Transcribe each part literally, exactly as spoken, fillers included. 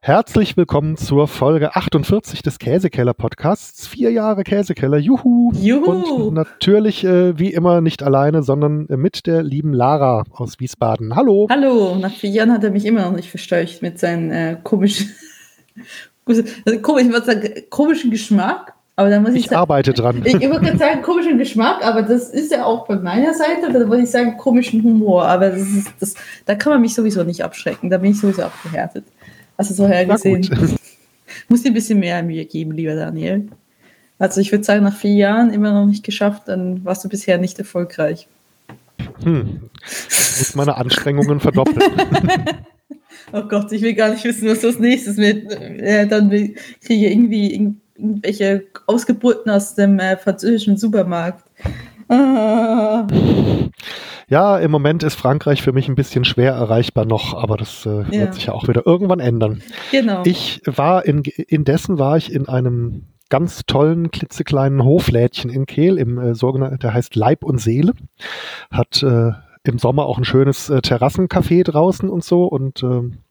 Herzlich willkommen zur Folge achtundvierzig des Käsekeller-Podcasts. Vier Jahre Käsekeller, juhu! Juhu! Und natürlich äh, wie immer nicht alleine, sondern äh, mit der lieben Lara aus Wiesbaden. Hallo! Hallo! Nach vier Jahren hat er mich immer noch nicht versteucht mit seinem äh, komischen, also, komisch, ich würde sagen, komischen Geschmack. Aber da muss ich, ich sagen, arbeite dran. Ich, ich würde gerade sagen, komischen Geschmack, aber das ist ja auch bei meiner Seite, da würde ich sagen, komischen Humor. Aber das ist, das, da kann man mich sowieso nicht abschrecken, da bin ich sowieso abgehärtet. Also so hergesehen. Muss dir ein bisschen mehr Mühe geben, lieber Daniel. Also ich würde sagen, nach vier Jahren immer noch nicht geschafft, dann warst du bisher nicht erfolgreich. Hm. Ich muss meine Anstrengungen verdoppeln. Oh Gott, ich will gar nicht wissen, was das nächstes mit. Äh, dann kriege ich irgendwie irgendwelche Ausgeburten aus dem äh, französischen Supermarkt. Ah. Ja, im Moment ist Frankreich für mich ein bisschen schwer erreichbar noch, aber das äh, ja. wird sich ja auch wieder irgendwann ändern. Genau. Ich war in, indessen war ich in einem ganz tollen, klitzekleinen Hoflädchen in Kehl, im äh, sogenannten, der heißt Leib und Seele, hat äh, im Sommer auch ein schönes äh, Terrassencafé draußen und so, und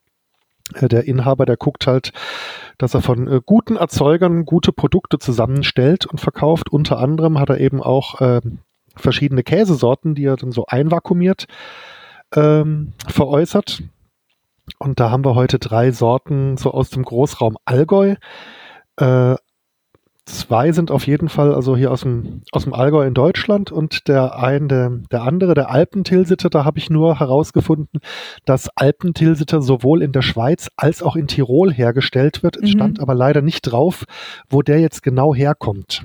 äh, der Inhaber, der guckt halt, dass er von äh, guten Erzeugern gute Produkte zusammenstellt und verkauft. Unter anderem hat er eben auch äh, verschiedene Käsesorten, die er dann so einvakuumiert ähm, veräußert. Und da haben wir heute drei Sorten so aus dem Großraum Allgäu. Äh, zwei sind auf jeden Fall also hier aus dem, aus dem Allgäu in Deutschland, und der ein, der, der andere, der Alpentilsiter, da habe ich nur herausgefunden, dass Alpentilsiter sowohl in der Schweiz als auch in Tirol hergestellt wird. Es mhm. stand aber leider nicht drauf, wo der jetzt genau herkommt.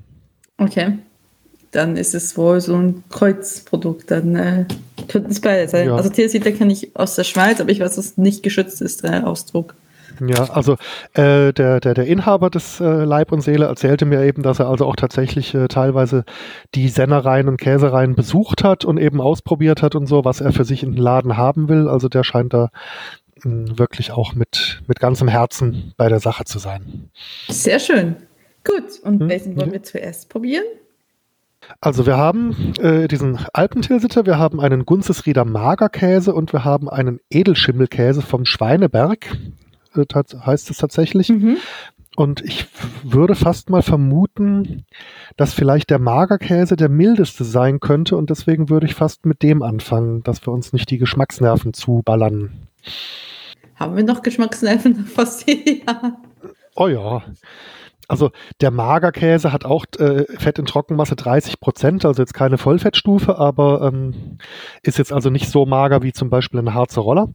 Okay. Dann ist es wohl so ein Kreuzprodukt, dann äh, könnten es beide sein. Ja. Also Tilsiter kenne ich aus der Schweiz, aber ich weiß, dass es nicht geschützt ist, der Ausdruck. Ja, also äh, der, der, der Inhaber des äh, Leib und Seele erzählte mir eben, dass er also auch tatsächlich äh, teilweise die Sennereien und Käsereien besucht hat und eben ausprobiert hat und so, was er für sich in den Laden haben will. Also der scheint da mh, wirklich auch mit, mit ganzem Herzen bei der Sache zu sein. Sehr schön. Gut, und hm? welchen wollen wir zuerst probieren? Also wir haben äh, diesen Alpentilsiter, wir haben einen Gunzesrieder Magerkäse und wir haben einen Edelschimmelkäse vom Schweineberg, äh, heißt es tatsächlich. Mhm. Und ich würde fast mal vermuten, dass vielleicht der Magerkäse der mildeste sein könnte, und deswegen würde ich fast mit dem anfangen, dass wir uns nicht die Geschmacksnerven zuballern. Haben wir noch Geschmacksnerven nach fast vier Jahren? Oh ja. Also der Magerkäse hat auch äh, Fett in Trockenmasse dreißig Prozent, also jetzt keine Vollfettstufe, aber ähm, ist jetzt also nicht so mager wie zum Beispiel ein Harzer Roller.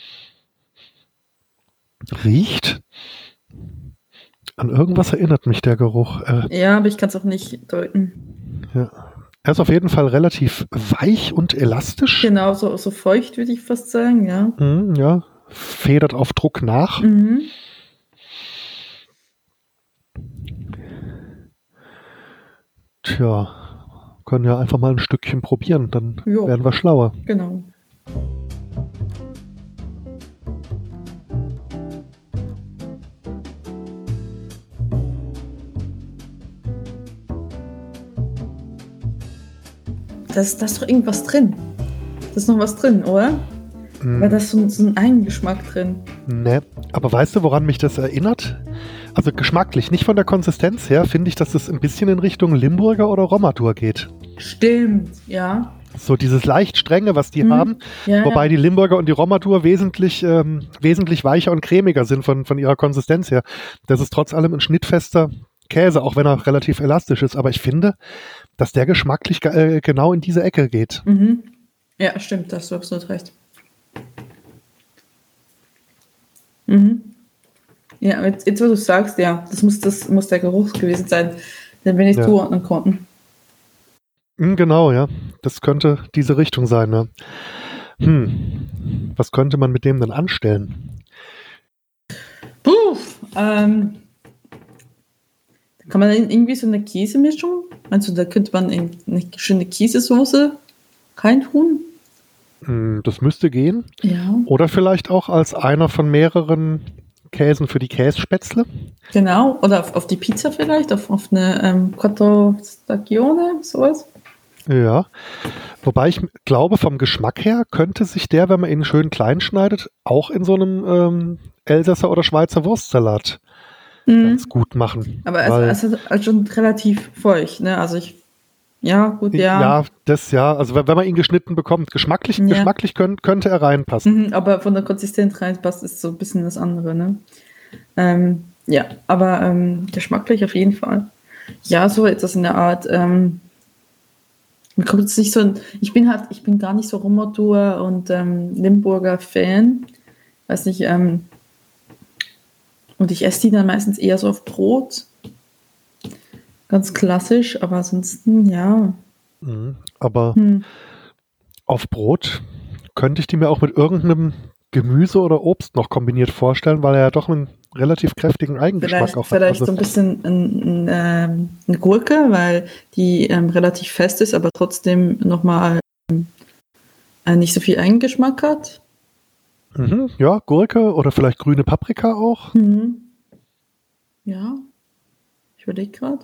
Riecht. An irgendwas erinnert mich der Geruch. Äh, ja, aber ich kann es auch nicht deuten. Ja. Er ist auf jeden Fall relativ weich und elastisch. Genau, so, so feucht würde ich fast sagen, ja. Mm, ja, federt auf Druck nach. Mhm. Tja, können ja einfach mal ein Stückchen probieren, dann jo. werden wir schlauer. Genau. Da ist, da ist doch irgendwas drin. Da ist noch was drin, oder? Mm. Weil da ist so, so ein Eigengeschmack drin. Ne, aber weißt du, woran mich das erinnert? Also geschmacklich, nicht von der Konsistenz her, finde ich, dass es ein bisschen in Richtung Limburger oder Romadur geht. Stimmt, ja. So dieses leicht strenge, was die hm. haben, ja, wobei ja. die Limburger und die Romadur wesentlich, ähm, wesentlich weicher und cremiger sind von, von ihrer Konsistenz her. Das ist trotz allem ein schnittfester Käse, auch wenn er relativ elastisch ist. Aber ich finde, dass der geschmacklich äh, genau in diese Ecke geht. Mhm. Ja, stimmt, da hast du absolut recht. Mhm. Ja, jetzt, jetzt, wo du sagst, ja, das muss, das muss der Geruch gewesen sein, den wir nicht ja. zuordnen konnten. Genau, ja. Das könnte diese Richtung sein, ne? Hm. Was könnte man mit dem denn anstellen? Puh, ähm, kann man irgendwie so eine Käsemischung, meinst du, da könnte man eine schöne Käsesoße reintun? Das müsste gehen. Ja. Oder vielleicht auch als einer von mehreren Käsen für die Kässpätzle. Genau, oder auf, auf die Pizza vielleicht, auf, auf eine ähm, Cotto Stagione, sowas. Ja, wobei ich glaube, vom Geschmack her könnte sich der, wenn man ihn schön klein schneidet, auch in so einem ähm, Elsässer oder Schweizer Wurstsalat Mhm. ganz gut machen. Aber es, weil, es ist halt schon relativ feucht, ne? Also ich, ja, gut, ja. ja, das ja, also wenn, wenn man ihn geschnitten bekommt, geschmacklich, Ja. geschmacklich könnt, könnte er reinpassen. Mhm, aber von der Konsistenz reinpasst, ist so ein bisschen das andere, ne? Ähm, ja, aber ähm, geschmacklich auf jeden Fall. Ja, so etwas in der Art. Ähm, mir kommt jetzt nicht so ein, ich bin halt, ich bin gar nicht so Rommertour und ähm, Limburger Fan. Weiß nicht, ähm, und ich esse die dann meistens eher so auf Brot. Ganz klassisch, aber ansonsten, ja. Mhm. Aber Hm. auf Brot könnte ich die mir auch mit irgendeinem Gemüse oder Obst noch kombiniert vorstellen, weil er ja doch einen relativ kräftigen Eigengeschmack Vielleicht, auch hat. vielleicht Also, so ein bisschen ein, ein, ähm, eine Gurke, weil die ähm, relativ fest ist, aber trotzdem nochmal ähm, äh, nicht so viel Eigengeschmack hat. mhm, ja, Gurke oder vielleicht grüne Paprika auch. Mhm. Ja, ich überlege gerade.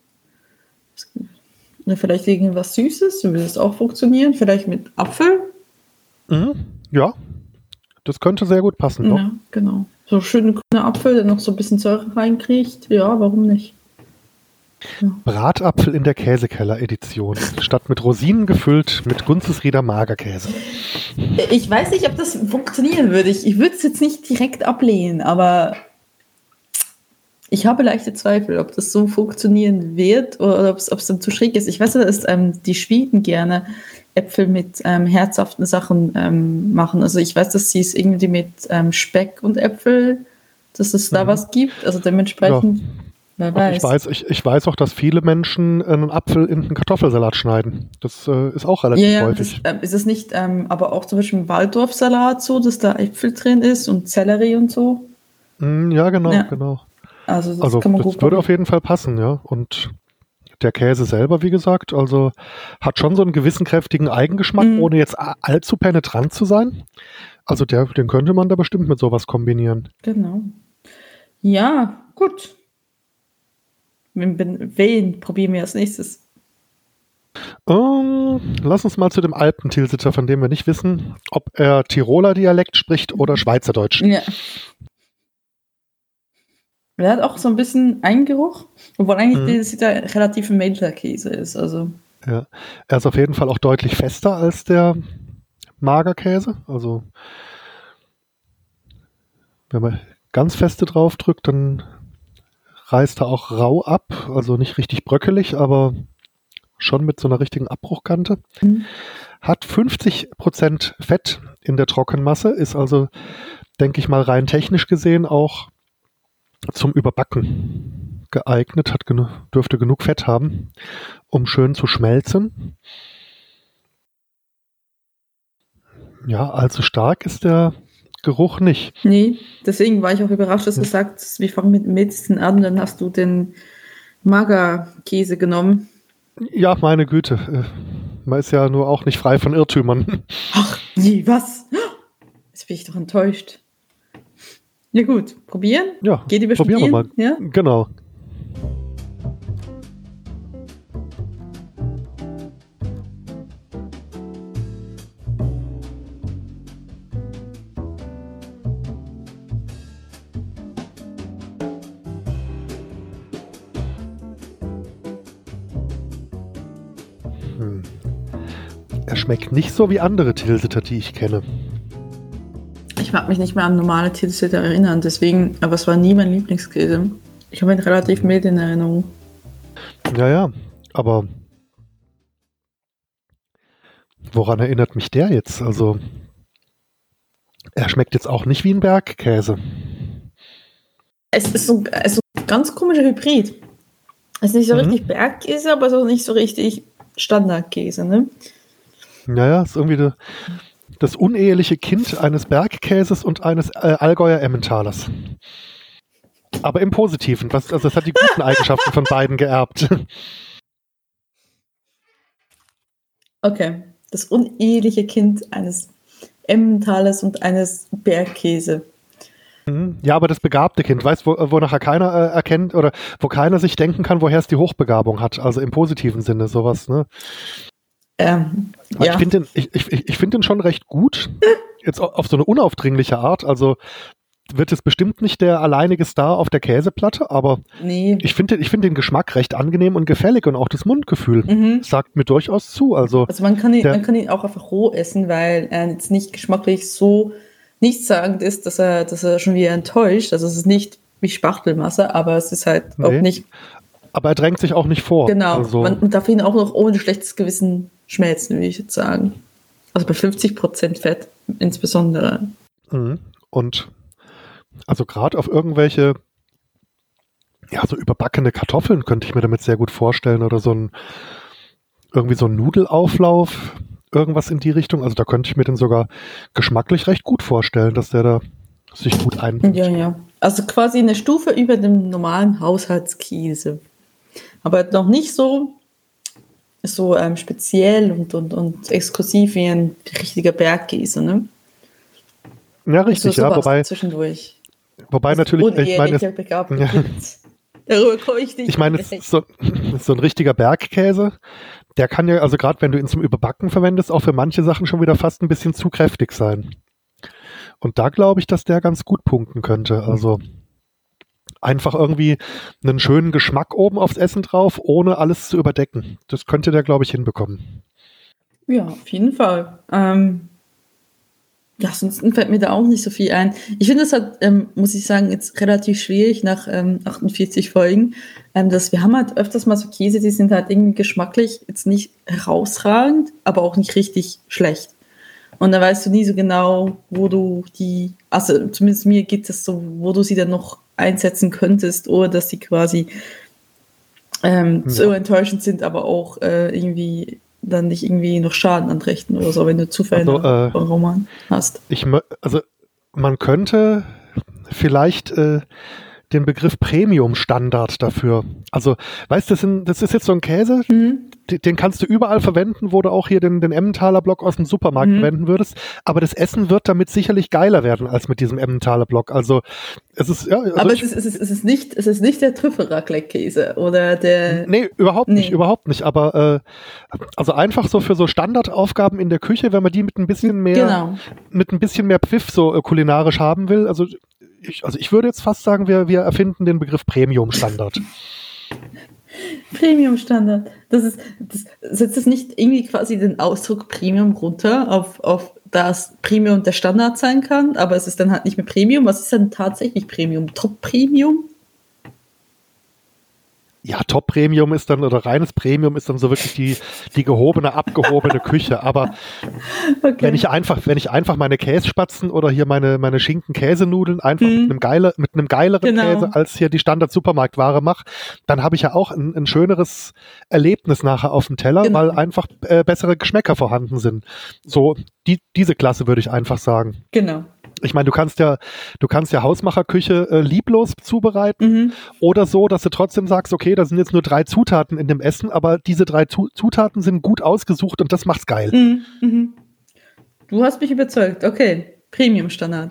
Vielleicht irgendwas Süßes, würde das auch funktionieren. Vielleicht mit Apfel. Mhm, ja, das könnte sehr gut passen. Doch. Ja, genau. So schöne grüne Apfel, der noch so ein bisschen Säure reinkriegt. Ja, warum nicht? Bratapfel in der Käsekeller-Edition. Statt mit Rosinen gefüllt mit Gunzesrieder Magerkäse. Ich weiß nicht, ob das funktionieren würde. Ich, ich würde es jetzt nicht direkt ablehnen, aber ich habe leichte Zweifel, ob das so funktionieren wird oder ob es dann zu schräg ist. Ich weiß, dass ähm, die Schweden gerne Äpfel mit ähm, herzhaften Sachen ähm, machen. Also ich weiß, dass sie es irgendwie mit ähm, Speck und Äpfel, dass es da Mhm. was gibt. Also dementsprechend, wer Ach, weiß. ich weiß, ich, ich weiß auch, dass viele Menschen einen Apfel in einen Kartoffelsalat schneiden. Das äh, ist auch relativ Ja, ja, das, häufig. ähm, ist es nicht, ähm, aber auch zum Beispiel im Waldorfsalat so, dass da Äpfel drin ist und Sellerie und so. Mm, ja, genau, Ja. genau. Also das Also kann man das gut würde machen. auf jeden Fall passen, ja. Und der Käse selber, wie gesagt, also hat schon so einen gewissen kräftigen Eigengeschmack, Mhm. ohne jetzt a- allzu penetrant zu sein. Also der, den könnte man da bestimmt mit sowas kombinieren. Genau. Ja, gut. Wen, wen- wen probieren wir als nächstes? Ähm, lass uns mal zu dem Alpentilsiter, von dem wir nicht wissen, ob er Tiroler Dialekt spricht oder Schweizerdeutsch. Ja. Der hat auch so ein bisschen Eigengeruch, obwohl eigentlich Mhm. das ja relativ ein Melterkäse ist. Also, Ja. Er ist auf jeden Fall auch deutlich fester als der Magerkäse. Also wenn man ganz feste drauf drückt, dann reißt er auch rau ab. Also nicht richtig bröckelig, aber schon mit so einer richtigen Abbruchkante. Mhm. Hat fünfzig Prozent Fett in der Trockenmasse, ist also, denke ich mal, rein technisch gesehen auch zum Überbacken geeignet, hat genu- dürfte genug Fett haben, um schön zu schmelzen. Ja, allzu stark ist der Geruch nicht. nee, deswegen war ich auch überrascht, dass du Hm. sagst, wir fangen mit dem Mildesten an, dann hast du den Magerkäse genommen. Ja, meine Güte. äh, Man ist ja nur auch nicht frei von Irrtümern. Ach, nee, was? Jetzt bin ich doch enttäuscht. Ja gut, probieren? Ja, Geht über probieren wir mal. Studieren? Ja? Genau. Hm. Er schmeckt nicht so wie andere Tilsiter, die ich kenne. Ich mag mich nicht mehr an normale Tilsiter erinnern, deswegen, aber es war nie mein Lieblingskäse. Ich habe ihn relativ mild in Erinnerung. Ja, ja, aber woran erinnert mich der jetzt? Also, er schmeckt jetzt auch nicht wie ein Bergkäse. Es ist so, es ist so ein ganz komischer Hybrid. Es ist nicht so Mhm. richtig Bergkäse, aber es ist auch nicht so richtig Standardkäse, ne? Naja, ist irgendwie de, das uneheliche Kind eines Bergkäses und eines äh, Allgäuer Emmentalers. Aber im Positiven. Was, also, es hat die guten Eigenschaften von beiden geerbt. Okay. Das uneheliche Kind eines Emmentalers und eines Bergkäse. Mhm. Ja, aber das begabte Kind, weißt du, wo, wo nachher keiner äh, erkennt oder wo keiner sich denken kann, woher es die Hochbegabung hat. Also im positiven Sinne, sowas, ne? Ähm, Aber ja. Ich finde den, ich, ich, ich find den schon recht gut. Jetzt au- auf so eine unaufdringliche Art. Also wird es bestimmt nicht der alleinige Star auf der Käseplatte, aber Nee. ich finde ich finde den Geschmack recht angenehm und gefällig und auch das Mundgefühl Mhm. sagt mir durchaus zu. Also, Also man kann ihn, der- man kann ihn auch einfach roh essen, weil er jetzt nicht geschmacklich so nichtssagend ist, dass er, dass er schon wieder enttäuscht. Also es ist nicht wie Spachtelmasse, aber es ist halt auch Nee. nicht, aber er drängt sich auch nicht vor. genau, Also, man darf ihn auch noch ohne schlechtes Gewissen schmelzen, würde ich jetzt sagen. Also bei fünfzig Prozent Fett insbesondere. mhm. Und also gerade auf irgendwelche, ja, so überbackene Kartoffeln könnte ich mir damit sehr gut vorstellen oder so ein, irgendwie so ein Nudelauflauf, irgendwas in die Richtung. Also da könnte ich mir den sogar geschmacklich recht gut vorstellen, dass der da sich gut einbringt. Ja, ja. Also quasi eine Stufe über dem normalen Haushaltskäse. Aber noch nicht so, so ähm, speziell und, und, und exklusiv wie ein richtiger Bergkäse, ne? Ja, richtig, so, ja, sowas wobei, zwischendurch. wobei natürlich, ich meine, Unehrlicher Begabung. Darüber komme ich nicht ich meine, es weg. ist so, so ein richtiger Bergkäse, der kann ja, also gerade wenn du ihn zum Überbacken verwendest, auch für manche Sachen schon wieder fast ein bisschen zu kräftig sein. Und da glaube ich, dass der ganz gut punkten könnte. Also einfach irgendwie einen schönen Geschmack oben aufs Essen drauf, ohne alles zu überdecken. Das könnte der, glaube ich, hinbekommen. Ja, auf jeden Fall. Ähm, ja, sonst fällt mir da auch nicht so viel ein. Ich finde es halt, ähm, muss ich sagen, jetzt relativ schwierig nach ähm, achtundvierzig Folgen, ähm, dass wir haben halt öfters mal so Käse, die sind halt irgendwie geschmacklich jetzt nicht herausragend, aber auch nicht richtig schlecht. Und da weißt du nie so genau, wo du die, also zumindest mir geht es so, wo du sie dann noch einsetzen könntest, oder dass sie quasi ähm, Ja. so enttäuschend sind, aber auch äh, irgendwie dann nicht irgendwie noch Schaden anrichten oder so, wenn du Zufälle Also, äh, einen Roman hast. Ich, mö- also man könnte vielleicht äh, den Begriff Premium-Standard dafür. Also, weißt du, das, sind- das ist jetzt so ein Käse, Mhm. d- den kannst du überall verwenden, wo du auch hier den, den Emmentaler Block aus dem Supermarkt Mhm. verwenden würdest. Aber das Essen wird damit sicherlich geiler werden als mit diesem Emmentaler Block. Also, es ist, ja, also Aber ich, es ist, es, ist, es, ist nicht, es ist nicht der Trüffelraclette-Käse oder der... nee, überhaupt nicht, Nee. überhaupt nicht. Aber äh, also einfach so für so Standardaufgaben in der Küche, wenn man die mit ein bisschen mehr, Genau. mit ein bisschen mehr Pfiff so äh, kulinarisch haben will. Also ich, also ich würde jetzt fast sagen, wir, wir erfinden den Begriff Premium-Standard. Premium-Standard. Das ist, das setzt es nicht irgendwie quasi den Ausdruck Premium runter, auf, auf das Premium der Standard sein kann, aber es ist dann halt nicht mehr Premium. Was ist denn tatsächlich Premium? Top-Premium? Ja, Top-Premium ist dann, oder reines Premium ist dann so wirklich die, die gehobene, abgehobene Küche. Aber Okay. wenn ich einfach, wenn ich einfach meine Kässpatzen oder hier meine, meine Schinken-Käsenudeln einfach Mhm. mit einem geile, mit einem geileren Genau. Käse als hier die Standard-Supermarktware mache, dann habe ich ja auch ein, ein schöneres Erlebnis nachher auf dem Teller, Genau. weil einfach äh, bessere Geschmäcker vorhanden sind. So, die, diese Klasse würde ich einfach sagen. Genau. Ich meine, du kannst ja, du kannst ja Hausmacherküche äh, lieblos zubereiten Mhm. oder so, dass du trotzdem sagst, okay, da sind jetzt nur drei Zutaten in dem Essen, aber diese drei Zu- Zutaten sind gut ausgesucht und das macht's geil. Mhm. Mhm. Du hast mich überzeugt. Okay. Premium-Standard.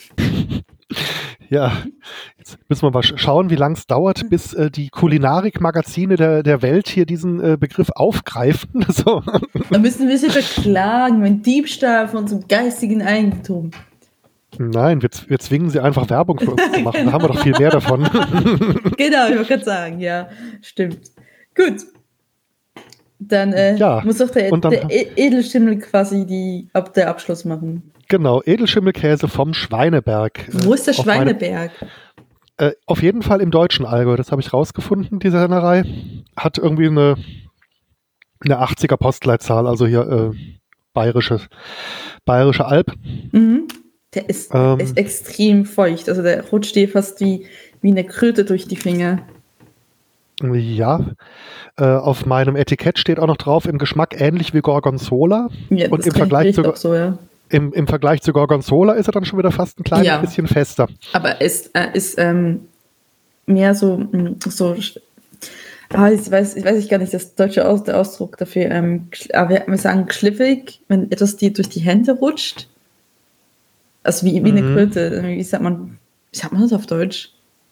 Ja, jetzt müssen wir mal sch- schauen, wie lange es dauert, bis äh, die Kulinarik-Magazine der, der Welt hier diesen äh, Begriff aufgreifen. So. Da müssen wir sie verklagen, wenn Diebstahl von unserem geistigen Eigentum. Nein, wir, z- wir zwingen sie einfach Werbung für uns zu machen. Da haben wir doch viel mehr davon. Genau, ich wollte gerade sagen, ja, stimmt. Gut. Dann äh, Ja, muss doch der, und dann- der E- Edelschimmel quasi die, ab der Abschluss machen. Genau, Edelschimmelkäse vom Schweineberg. Wo ist der Auf meine- Schweineberg? Äh, auf jeden Fall im deutschen Allgäu, das habe ich rausgefunden, diese Sennerei. Hat irgendwie eine, eine achtziger Postleitzahl, also hier äh, bayerische, bayerische Alb. Mhm. Der ist, Ähm. ist extrem feucht. Also der rutscht dir fast wie, wie eine Kröte durch die Finger. Ja, äh, auf meinem Etikett steht auch noch drauf, im Geschmack ähnlich wie Gorgonzola. Ja, Und das im kann Vergleich ich sogar- auch so, ja. Im, Im Vergleich zu Gorgonzola ist er dann schon wieder fast ein kleines Ja. bisschen fester. Aber es äh, ist ähm, mehr so, mh, so ah, ich weiß, ich weiß ich gar nicht, das deutsche Aus, der Ausdruck dafür. Ähm, gsch- aber wir, wir sagen schliffig, wenn etwas dir durch die Hände rutscht. Also wie, wie eine Mhm. Kröte. Wie sagt man, wie sagt man das auf Deutsch?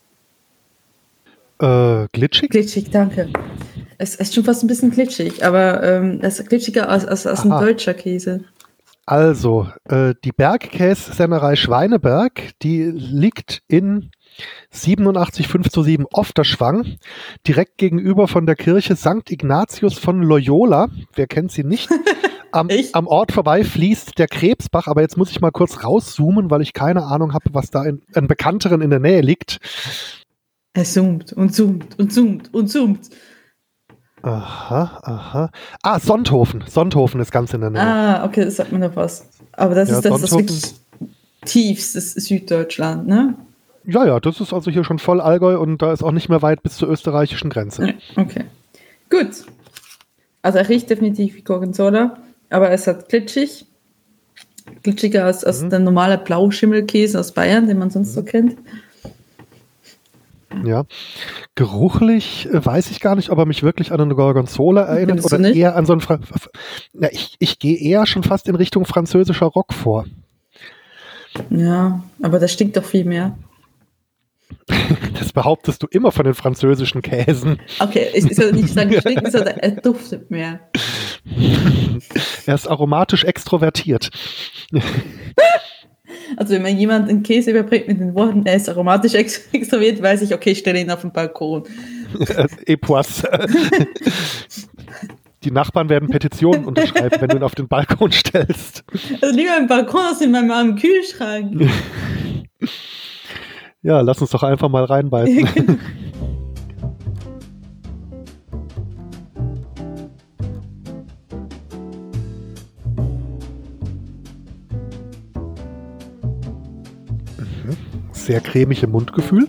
Äh, glitschig? Glitschig, danke. Es ist schon fast ein bisschen glitschig, aber ähm, es ist glitschiger als, als, als ein Aha. deutscher Käse. Also, äh, die Bergkässennerei Schweineberg, die liegt in siebenundachtzig fünf zu sieben Ofterschwang, direkt gegenüber von der Kirche Sankt Ignatius von Loyola. Wer kennt sie nicht? Am, am Ort vorbei fließt der Krebsbach, aber jetzt muss ich mal kurz rauszoomen, weil ich keine Ahnung habe, was da in, in Bekannteren in der Nähe liegt. Er zoomt und zoomt und zoomt und zoomt. Aha, aha. Ah, Sonthofen. Sonthofen ist ganz in der Nähe. Ah, okay, das sagt mir noch was. Aber das ja, ist das, das wirklich tiefstes Süddeutschland, ne? Ja, ja, das ist also hier schon voll Allgäu und da ist auch nicht mehr weit bis zur österreichischen Grenze. Okay, gut. Also er riecht definitiv wie Gorgonzola, aber es hat glitschig. Glitschiger als, als mhm. der normale Blauschimmelkäse aus Bayern, den man sonst mhm. so kennt. Ja, geruchlich äh, weiß ich gar nicht, ob er mich wirklich an eine Gorgonzola erinnert Findest oder eher an so ein Fra- ja, ich, ich gehe eher schon fast in Richtung französischer Rock vor. Ja, aber das stinkt doch viel mehr. Das behauptest du immer von den französischen Käsen. Okay, ich soll nicht sagen stinken, sondern er duftet mehr. Er ist aromatisch extrovertiert. Also wenn man jemanden einen Käse überbringt mit den Worten, er ist aromatisch extrovertiert, weiß ich, okay, ich stelle ihn auf den Balkon. Epoisse. Die Nachbarn werden Petitionen unterschreiben, wenn du ihn auf den Balkon stellst. Also lieber im Balkon als in meinem armen Kühlschrank. Ja, lass uns doch einfach mal reinbeißen. Sehr cremig im Mundgefühl.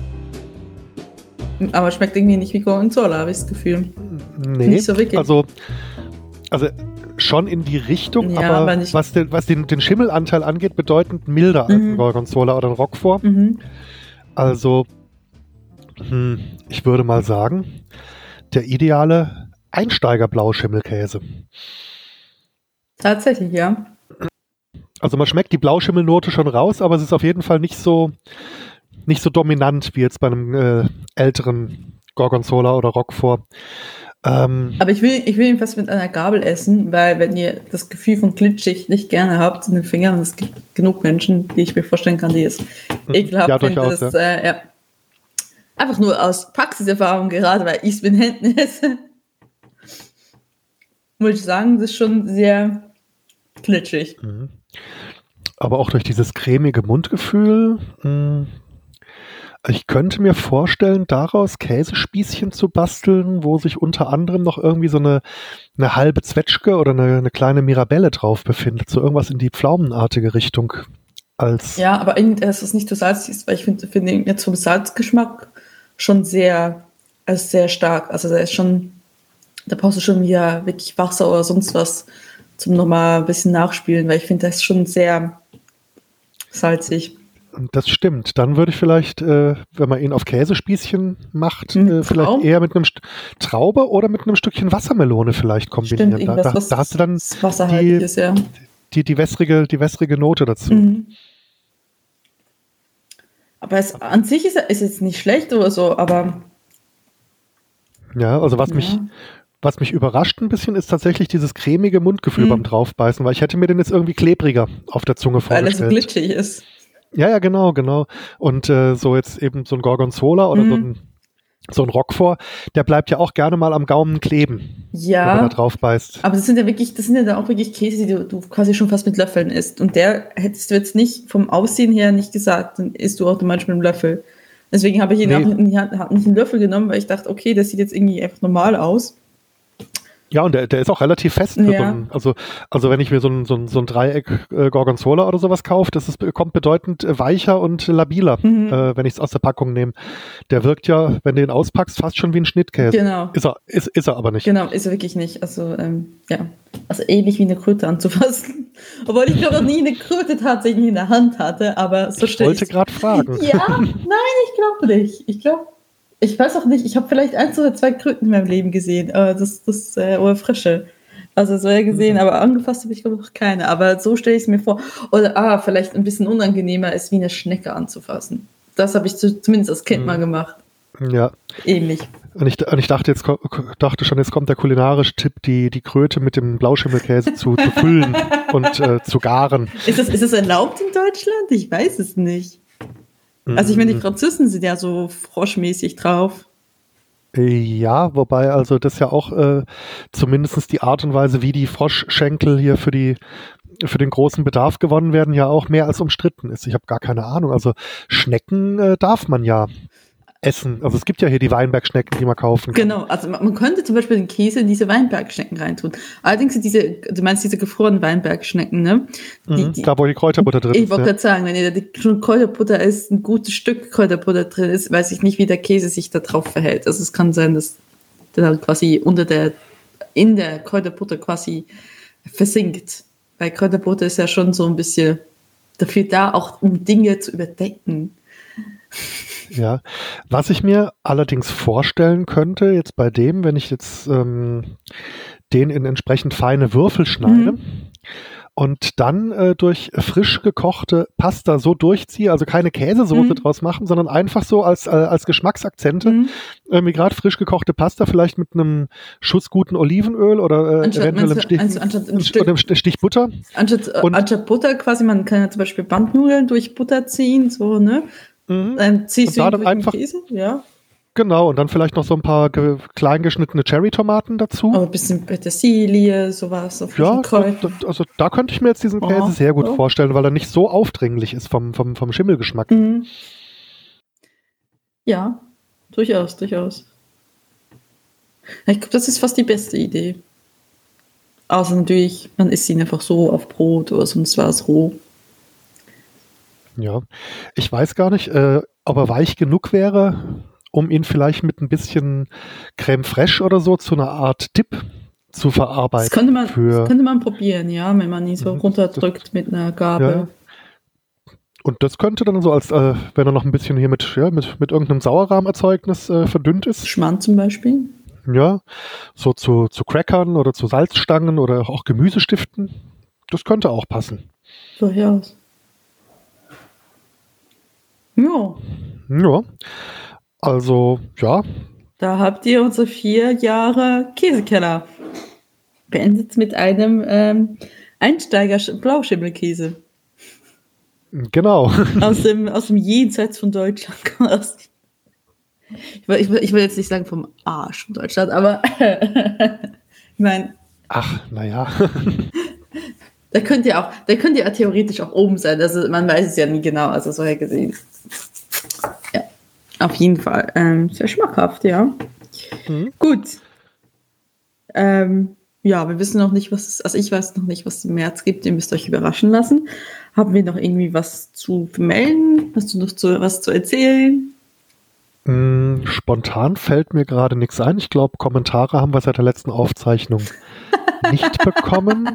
Aber schmeckt irgendwie nicht wie Gorgonzola, habe ich das Gefühl. Nee, nicht so wirklich. Also, also schon in die Richtung, ja, aber, aber nicht. was, den, was den, den Schimmelanteil angeht, bedeutend milder mhm. als ein Gorgonzola oder ein Roquefort. Mhm. Also, hm, ich würde mal sagen, der ideale Einsteiger-Blauschimmelkäse. Tatsächlich, ja. Also man schmeckt die Blauschimmelnote schon raus, aber es ist auf jeden Fall nicht so nicht so dominant wie jetzt bei einem äh, älteren Gorgonzola oder Roquefort. Ähm, aber ich will, ich will ihn fast mit einer Gabel essen, weil wenn ihr das Gefühl von glitschig nicht gerne habt in den Fingern, es gibt genug Menschen, die ich mir vorstellen kann, die es ekelhaft ja, finden. durchaus, das, ja. Äh, ja. Einfach nur aus Praxiserfahrung, gerade weil ich es mit Händen esse, muss ich sagen, das ist schon sehr glitschig. Mhm. Aber auch durch dieses cremige Mundgefühl. Mh, ich könnte mir vorstellen, daraus Käsespießchen zu basteln, wo sich unter anderem noch irgendwie so eine, eine halbe Zwetschge oder eine, eine kleine Mirabelle drauf befindet. So irgendwas in die pflaumenartige Richtung. Als ja, aber dass es nicht so salzig ist, weil ich finde find jetzt vom Salzgeschmack schon sehr, also sehr stark. Also da ist schon, da brauchst du schon wieder wirklich Wasser oder sonst was zum nochmal ein bisschen nachspielen, weil ich finde, das ist schon sehr salzig. Das stimmt. Dann würde ich vielleicht, äh, wenn man ihn auf Käsespießchen macht, Mit äh, vielleicht Traum? eher mit einem St- Traube oder mit einem Stückchen Wassermelone vielleicht kombinieren. Stimmt, da, da, was da hast du dann wasserhaltig die, ist, ja. die, die, wässrige, die wässrige Note dazu. Mhm. Aber es, an sich ist es jetzt nicht schlecht oder so, aber ja, also was ja. mich Was mich überrascht ein bisschen, ist tatsächlich dieses cremige Mundgefühl mhm. beim Draufbeißen, weil ich hätte mir den jetzt irgendwie klebriger auf der Zunge vorgestellt. Weil er so glitschig ist. Ja, ja, genau, genau. Und äh, so jetzt eben so ein Gorgonzola oder mhm. so ein, so ein Roquefort, der bleibt ja auch gerne mal am Gaumen kleben, ja, wenn man da drauf beißt. Aber das sind ja wirklich, das sind ja dann auch wirklich Käse, die du, du quasi schon fast mit Löffeln isst. Und der hättest du jetzt nicht vom Aussehen her nicht gesagt, dann isst du automatisch mit einem Löffel. Deswegen habe ich ihn nee. auch in die Hand, nicht einen Löffel genommen, weil ich dachte, okay, das sieht jetzt irgendwie einfach normal aus. Ja, und der, der ist auch relativ fest. Ja. So ein, also, also wenn ich mir so ein, so ein, so ein Dreieck äh, Gorgonzola oder sowas kaufe, das ist, kommt bedeutend weicher und labiler, mhm. äh, wenn ich es aus der Packung nehme. Der wirkt ja, wenn du ihn auspackst, fast schon wie ein Schnittkäse. Genau. Ist er, ist, ist er aber nicht. Genau, ist er wirklich nicht. Also, ähm, ja. Also ähnlich wie eine Kröte anzufassen. Obwohl ich glaube, noch nie eine Kröte tatsächlich in der Hand hatte, aber so Ich wollte gerade fragen. Ja, nein, ich glaube nicht. Ich glaube, Ich weiß auch nicht, ich habe vielleicht eins oder zwei Kröten in meinem Leben gesehen, äh, das, das, äh, oder frische. Also so ja gesehen, mhm. aber angefasst habe ich glaube ich noch keine. Aber so stelle ich es mir vor. Oder ah, vielleicht ein bisschen unangenehmer ist, wie eine Schnecke anzufassen. Das habe ich zu, zumindest als Kind mhm. mal gemacht. Ja. Ähnlich. Und ich, und ich dachte jetzt dachte schon, jetzt kommt der kulinarische Tipp, die, die Kröte mit dem Blauschimmelkäse zu, zu füllen und äh, zu garen. Ist das, ist das erlaubt in Deutschland? Ich weiß es nicht. Also ich meine, die Franzosen sind ja so froschmäßig drauf. Ja, wobei also das ja auch äh, zumindest die Art und Weise, wie die Froschschenkel hier für die für den großen Bedarf gewonnen werden, ja auch mehr als umstritten ist. Ich habe gar keine Ahnung. Also Schnecken äh, darf man ja essen. Also es gibt ja hier die Weinbergschnecken, die man kaufen kann. Genau, also man, man könnte zum Beispiel den Käse in diese Weinbergschnecken reintun. Allerdings sind diese, du meinst diese gefrorenen Weinbergschnecken, ne? Die, Mhm, die, da wo die Kräuterbutter drin ist. Ich wollte ja. gerade sagen, wenn da schon Kräuterbutter ist, ein gutes Stück Kräuterbutter drin ist, weiß ich nicht, wie der Käse sich da drauf verhält. Also es kann sein, dass der dann quasi unter der, in der Kräuterbutter quasi versinkt. Weil Kräuterbutter ist ja schon so ein bisschen dafür da, auch um Dinge zu überdecken. Ja, was ich mir allerdings vorstellen könnte, jetzt bei dem, wenn ich jetzt ähm, den in entsprechend feine Würfel schneide, mhm. und dann äh, durch frisch gekochte Pasta so durchziehe, also keine Käsesoße mhm. draus machen, sondern einfach so als, äh, als Geschmacksakzente, mhm. irgendwie gerade frisch gekochte Pasta, vielleicht mit einem Schuss guten Olivenöl oder äh, anstatt, eventuell einem Stich, du, anstatt ein Stück, oder einem Stich Butter. Anstatt, und, anstatt Butter quasi, man kann ja zum Beispiel Bandnudeln durch Butter ziehen, so, ne? Mhm. Dann ziehst und du da ihn dann durch einfach, den Käse, ja. Genau, und dann vielleicht noch so ein paar ge- klein geschnittene Cherry-Tomaten dazu. Aber ein bisschen Petersilie, sowas. So ja, da, da, also da könnte ich mir jetzt diesen Käse oh, sehr gut oh. vorstellen, weil er nicht so aufdringlich ist vom, vom, vom Schimmelgeschmack. Mhm. Ja, durchaus, durchaus. Ich glaube, das ist fast die beste Idee. Außer natürlich, man isst ihn einfach so auf Brot oder sonst was roh. Ja, ich weiß gar nicht, äh, ob er weich genug wäre, um ihn vielleicht mit ein bisschen Crème fraîche oder so zu einer Art Dip zu verarbeiten. Das könnte man, für, das könnte man probieren, ja, wenn man ihn so runterdrückt das, mit einer Gabel. Ja. Und das könnte dann so, als äh, wenn er noch ein bisschen hier mit, ja, mit, mit irgendeinem Sauerrahmerzeugnis äh, verdünnt ist. Schmand zum Beispiel. Ja, so zu, zu Crackern oder zu Salzstangen oder auch Gemüsestiften. Das könnte auch passen. Durchaus. Ja. Ja. Also, ja. Da habt ihr unsere vier Jahre Käsekeller beendet mit einem ähm, Einsteiger-Blauschimmelkäse. Genau. Aus dem, aus dem Jenseits von Deutschland quasi. Ich will, ich, will, ich will jetzt nicht sagen vom Arsch von Deutschland, aber ich meine. Ach, naja. Da könnt ihr auch, da könnt ihr ja theoretisch auch oben sein. Also man weiß es ja nie genau, also so her gesehen. Ja, auf jeden Fall. Ähm, sehr schmackhaft, ja. Mhm. Gut. Ähm, ja, wir wissen noch nicht, was es, also ich weiß noch nicht, was es im März gibt. Ihr müsst euch überraschen lassen. Haben wir noch irgendwie was zu melden? Hast du noch zu, was zu erzählen? Mm, spontan fällt mir gerade nichts ein. Ich glaube, Kommentare haben wir seit der letzten Aufzeichnung nicht bekommen.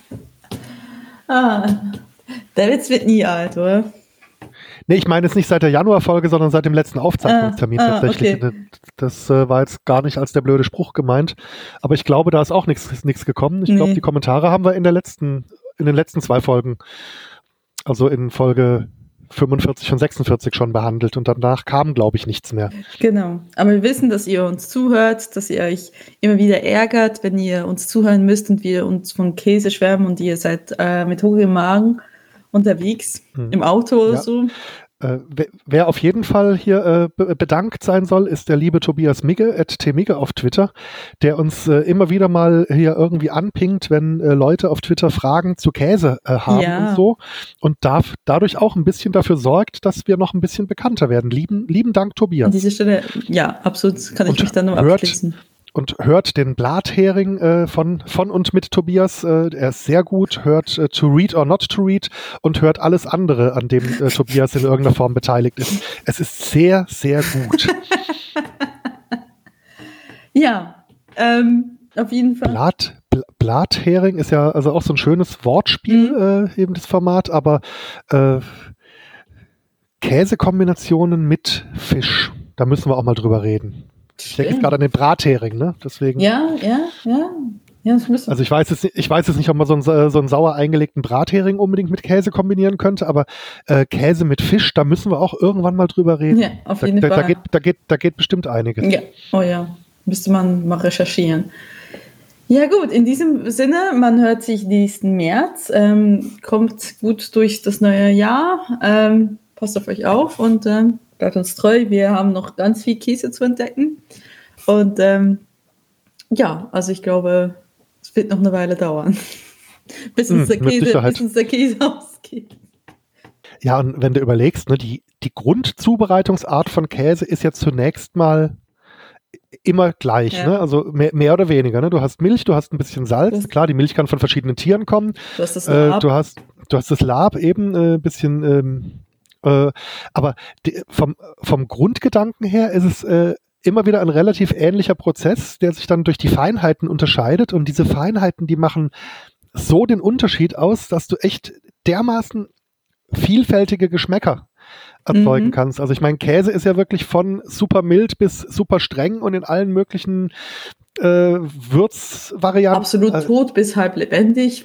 Ah, der Witz wird nie alt, oder? Nee, ich meine jetzt nicht seit der Januarfolge, sondern seit dem letzten Aufzeichnungstermin ah, tatsächlich. Okay. Das äh, war jetzt gar nicht als der blöde Spruch gemeint. Aber ich glaube, da ist auch nichts nichts gekommen. Ich Nee. glaube, die Kommentare haben wir in der letzten, in den letzten zwei Folgen, also in Folge fünfundvierzig und sechsundvierzig schon behandelt und danach kam, glaube ich, nichts mehr. Genau. Aber wir wissen, dass ihr uns zuhört, dass ihr euch immer wieder ärgert, wenn ihr uns zuhören müsst und wir uns von Käse schwärmen und ihr seid äh, mit hungrigem Magen unterwegs, hm. im Auto oder ja. so. Äh, wer, wer auf jeden Fall hier äh, bedankt sein soll, ist der liebe Tobias Migge, at tmigge auf Twitter, der uns äh, immer wieder mal hier irgendwie anpingt, wenn äh, Leute auf Twitter Fragen zu Käse äh, haben ja. und so und darf dadurch auch ein bisschen dafür sorgt, dass wir noch ein bisschen bekannter werden. Lieben, lieben Dank, Tobias. An dieser Stelle, ja, absolut, kann ich und mich dann nur hört, abschließen. Und hört den Blathering äh, von, von und mit Tobias. Äh, er ist sehr gut. Hört äh, To Read or Not to Read und hört alles andere, an dem äh, Tobias in irgendeiner Form beteiligt ist. Es ist sehr, sehr gut. Ja, ähm, auf jeden Fall. Blatt, Bl- Blathering ist ja also auch so ein schönes Wortspiel, mhm. äh, eben das Format, aber äh, Käsekombinationen mit Fisch, da müssen wir auch mal drüber reden. Ich denke jetzt gerade an den Brathering, ne? Deswegen. Ja, ja, ja. Ja, das müssen Also ich weiß jetzt, ich weiß jetzt nicht, ob man so einen, so einen sauer eingelegten Brathering unbedingt mit Käse kombinieren könnte, aber äh, Käse mit Fisch, da müssen wir auch irgendwann mal drüber reden. Ja, auf da, jeden da, Fall. Da geht, da, geht, da geht bestimmt einiges. Ja, oh ja, müsste man mal recherchieren. Ja gut, in diesem Sinne, man hört sich nächsten März, ähm, kommt gut durch das neue Jahr, ähm, passt auf euch auf und ähm, bleibt uns treu, wir haben noch ganz viel Käse zu entdecken und ähm, ja, also ich glaube, es wird noch eine Weile dauern, bis uns, der, Käse, bis uns der Käse ausgeht. Ja, und wenn du überlegst, ne, die, die Grundzubereitungsart von Käse ist ja zunächst mal immer gleich, ja. ne? Also mehr, mehr oder weniger. Ne? Du hast Milch, du hast ein bisschen Salz. Das Klar, die Milch kann von verschiedenen Tieren kommen. Du hast das Lab. Äh, du, hast, du hast das Lab eben ein äh, bisschen, ähm, äh, aber die, vom, vom Grundgedanken her ist es äh, immer wieder ein relativ ähnlicher Prozess, der sich dann durch die Feinheiten unterscheidet. Und diese Feinheiten, die machen so den Unterschied aus, dass du echt dermaßen vielfältige Geschmäcker erzeugen mhm. kannst. Also ich meine, Käse ist ja wirklich von super mild bis super streng und in allen möglichen äh, Würzvarianten. Absolut äh, tot bis halb lebendig.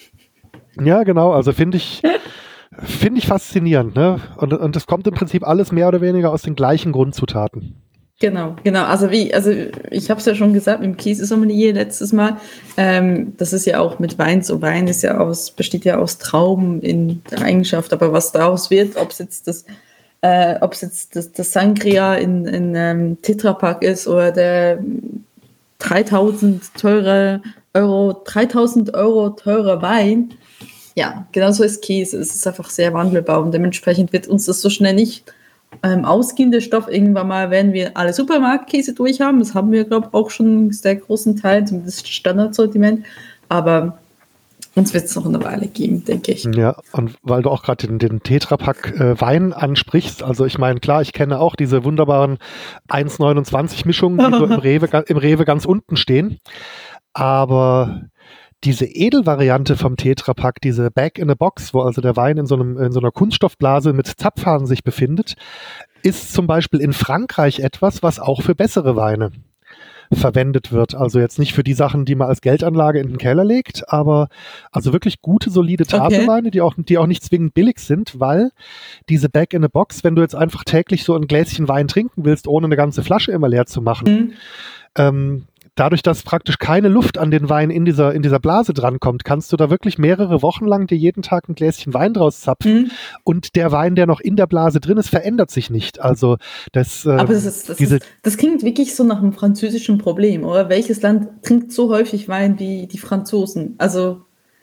Ja, genau. Also finde ich finde ich faszinierend. Ne? Und, und das kommt im Prinzip alles mehr oder weniger aus den gleichen Grundzutaten. Genau, genau. Also wie, also ich habe es ja schon gesagt mit dem Käsesommelier letztes Mal. Ähm, das ist ja auch mit Wein so. Wein ist ja aus, besteht ja aus Trauben in der Eigenschaft, aber was daraus wird, ob es jetzt das, äh, ob es jetzt das, das Sangria in, in ähm, Tetrapack ist oder der dreitausend teure Euro, dreitausend Euro teure Wein. Ja, genauso ist Käse. Es ist einfach sehr wandelbar und dementsprechend wird uns das so schnell nicht Ähm, ausgehende Stoff. Irgendwann mal werden wir alle Supermarktkäse durch haben. Das haben wir, glaube ich, auch schon einen sehr großen Teil, zumindest Standardsortiment. Aber uns wird es noch eine Weile geben, denke ich. Ja, und weil du auch gerade den, den Tetrapack äh, Wein ansprichst, also ich meine, klar, ich kenne auch diese wunderbaren eins neunundzwanzig Mischungen, die so im Rewe, im Rewe ganz unten stehen. Aber diese Edelvariante vom Tetrapack, diese Bag in a Box, wo also der Wein in so, einem, in so einer Kunststoffblase mit Zapfhahn sich befindet, ist zum Beispiel in Frankreich etwas, was auch für bessere Weine verwendet wird. Also jetzt nicht für die Sachen, die man als Geldanlage in den Keller legt, aber also wirklich gute, solide Tafelweine, okay. die auch, die auch nicht zwingend billig sind, weil diese Bag in a Box, wenn du jetzt einfach täglich so ein Gläschen Wein trinken willst, ohne eine ganze Flasche immer leer zu machen, mhm. ähm, dadurch, dass praktisch keine Luft an den Wein in dieser, in dieser Blase drankommt, kannst du da wirklich mehrere Wochen lang dir jeden Tag ein Gläschen Wein draus zapfen mhm. und der Wein, der noch in der Blase drin ist, verändert sich nicht. Also das, ähm, Aber das, ist, das, diese ist, das klingt wirklich so nach einem französischen Problem, oder? Welches Land trinkt so häufig Wein wie die Franzosen? Also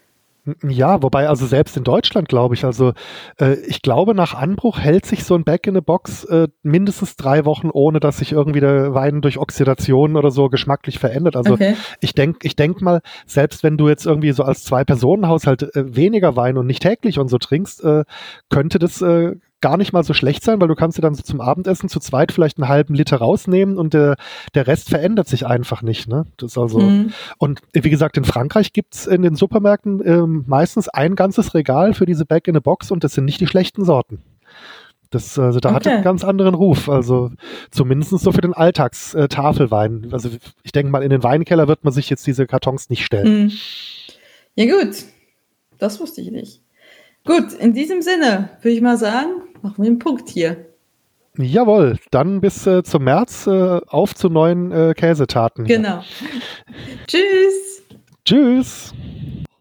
Ja, wobei also selbst in Deutschland, glaube ich, also äh, ich glaube, nach Anbruch hält sich so ein Back in a Box äh, mindestens drei Wochen, ohne dass sich irgendwie der Wein durch Oxidation oder so geschmacklich verändert. Also okay. ich denke ich denk mal, selbst wenn du jetzt irgendwie so als Zwei-Personen-Haushalt äh, weniger Wein und nicht täglich und so trinkst, äh, könnte das äh, gar nicht mal so schlecht sein, weil du kannst dir dann so zum Abendessen zu zweit vielleicht einen halben Liter rausnehmen und der, der Rest verändert sich einfach nicht. Ne? Das ist also mhm. Und wie gesagt, in Frankreich gibt's in den Supermärkten ähm, meistens ein ganzes Regal für diese Bag in a Box und das sind nicht die schlechten Sorten. Das, also da okay. hat es einen ganz anderen Ruf, also zumindest so für den Alltagstafelwein. Also ich denke mal, in den Weinkeller wird man sich jetzt diese Kartons nicht stellen. Mhm. Ja gut, das wusste ich nicht. Gut, in diesem Sinne würde ich mal sagen, machen wir einen Punkt hier. Jawohl, dann bis äh, zum März äh, auf zu neuen äh, Käsetaten. Genau. Tschüss. Tschüss.